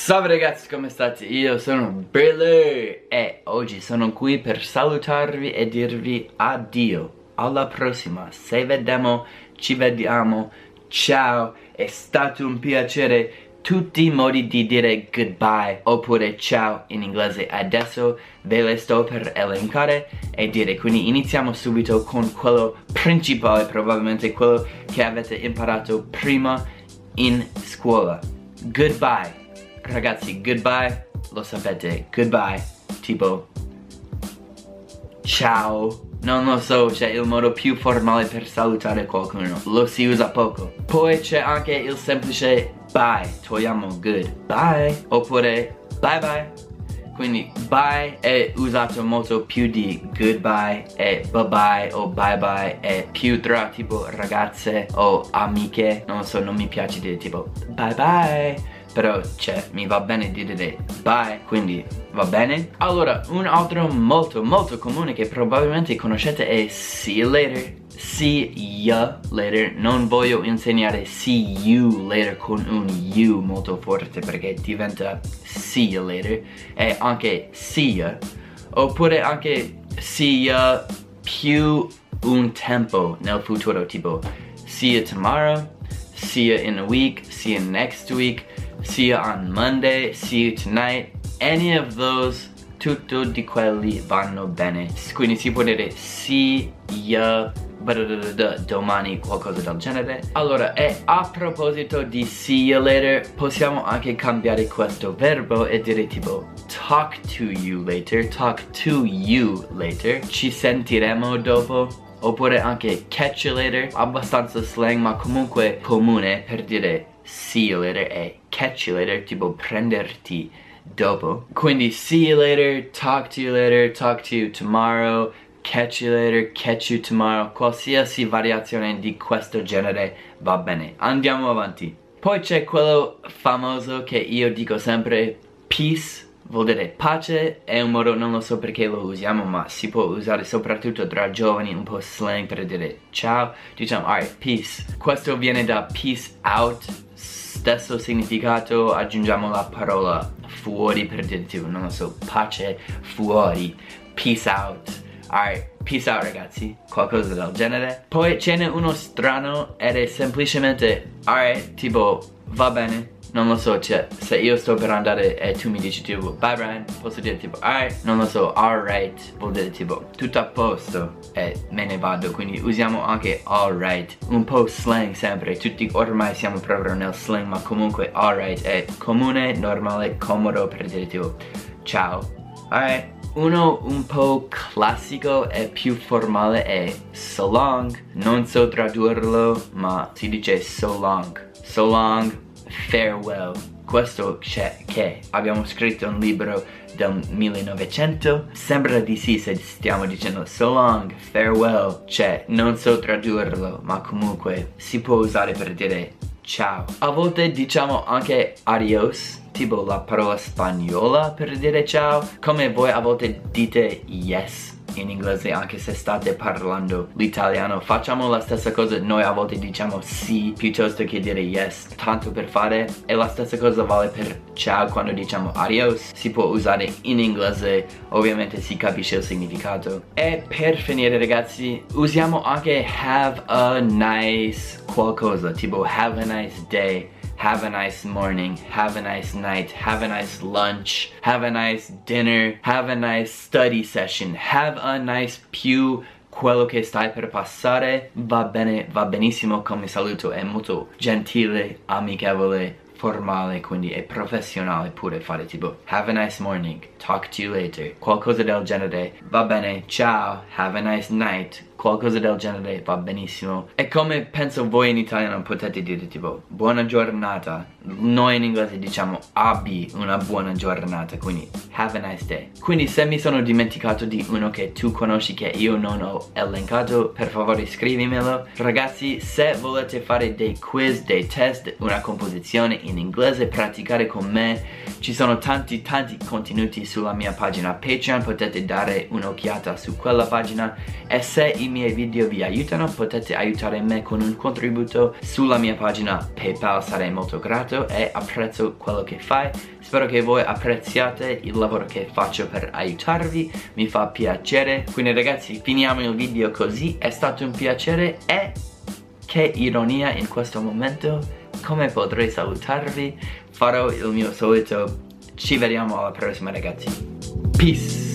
Salve ragazzi, come state? Io sono Billy e oggi sono qui per salutarvi e dirvi addio. Alla prossima, se vediamo, ci vediamo. Ciao, è stato un piacere. Tutti i modi di dire goodbye oppure ciao in inglese adesso ve le sto per elencare e dire, quindi iniziamo subito con quello principale, probabilmente quello che avete imparato prima in scuola. Goodbye. Ragazzi, goodbye, lo sapete, goodbye, tipo ciao. Non lo so, c'è il modo più formale per salutare qualcuno, lo si usa poco. Poi c'è anche il semplice bye, togliamo goodbye, oppure bye bye. Quindi bye è usato molto più di goodbye e bye bye o bye bye è più tra tipo ragazze o amiche. Non lo so, non mi piace dire tipo bye bye, però mi va bene di dire bye, quindi va bene. Allora, un altro molto comune che probabilmente conoscete è see you later. See ya later. Non voglio insegnare see you later con un U molto forte perché diventa see you later. E anche see ya, oppure anche see ya più un tempo nel futuro, tipo see you tomorrow, see you in a week, see you next week, see you on Monday, see you tonight. Any of those, tutto di quelli vanno bene. Quindi si può dire see ya domani, qualcosa del genere. Allora, e a proposito di see you later, possiamo anche cambiare questo verbo e dire tipo talk to you later, talk to you later, ci sentiremo dopo. Oppure anche catch you later, abbastanza slang ma comunque comune per dire see you later e catch you later, tipo prenderti dopo. Quindi see you later, talk to you tomorrow, catch you later, catch you tomorrow. Qualsiasi variazione di questo genere va bene. Andiamo avanti. Poi c'è quello famoso che io dico sempre, peace. Vuol dire pace, è un modo, non lo so perché lo usiamo, ma si può usare soprattutto tra giovani, un po' slang per dire ciao. Diciamo, alright, peace. Questo viene da peace out, stesso significato, aggiungiamo la parola fuori per dire tipo, non lo so, pace fuori, peace out. Alright, peace out ragazzi, qualcosa del genere. Poi ce n'è uno strano ed è semplicemente alright, tipo va bene. Non lo so, cioè, se io sto per andare e tu mi dici tipo bye Brian, posso dire tipo alright, non lo so, alright vuol dire tipo tutto a posto e me ne vado, quindi usiamo anche alright, un po' slang sempre, tutti ormai siamo proprio nel slang, ma comunque alright è comune, normale, comodo per dire tipo ciao. Alright, uno un po' classico e più formale è so long, non so tradurlo ma si dice so long, farewell. Questo c'è che abbiamo scritto un libro del 1900. Sembra di sì se stiamo dicendo so long, farewell. Non so tradurlo, ma comunque si può usare per dire ciao. A volte diciamo anche adios, tipo la parola spagnola per dire ciao. Come voi a volte dite yes in inglese, anche se state parlando l'italiano, facciamo la stessa cosa. Noi a volte diciamo sì piuttosto che dire yes, tanto per fare. E la stessa cosa vale per ciao. Quando diciamo adios si può usare in inglese, ovviamente si capisce il significato. E per finire ragazzi, usiamo anche have a nice qualcosa, tipo have a nice day, have a nice morning, have a nice night, have a nice lunch, have a nice dinner, have a nice study session, have a nice più quello che stai per passare. Va bene, va benissimo come saluto, è molto gentile, amichevole, formale, quindi è professionale pure fare tipo have a nice morning, talk to you later, qualcosa del genere va bene, ciao, have a nice night, qualcosa del genere va benissimo. E come penso voi in italiano potete dire tipo buona giornata, noi in inglese diciamo abbi una buona giornata, quindi have a nice day. Quindi se mi sono dimenticato di uno che tu conosci che io non ho elencato, per favore scrivimelo. Ragazzi, se volete fare dei quiz, dei test, una composizione in inglese, praticare con me, Ci sono tanti contenuti sulla mia pagina Patreon, potete dare un'occhiata su quella pagina, e se i miei video vi aiutano potete aiutare me con un contributo sulla mia pagina PayPal. Sarei molto grato e apprezzo quello che fai. Spero che voi apprezziate il lavoro che faccio per aiutarvi, mi fa piacere. Quindi ragazzi, finiamo il video così, è stato un piacere e che ironia in questo momento, come potrei salutarvi? Farò il mio solito. Ci vediamo alla prossima ragazzi. Peace.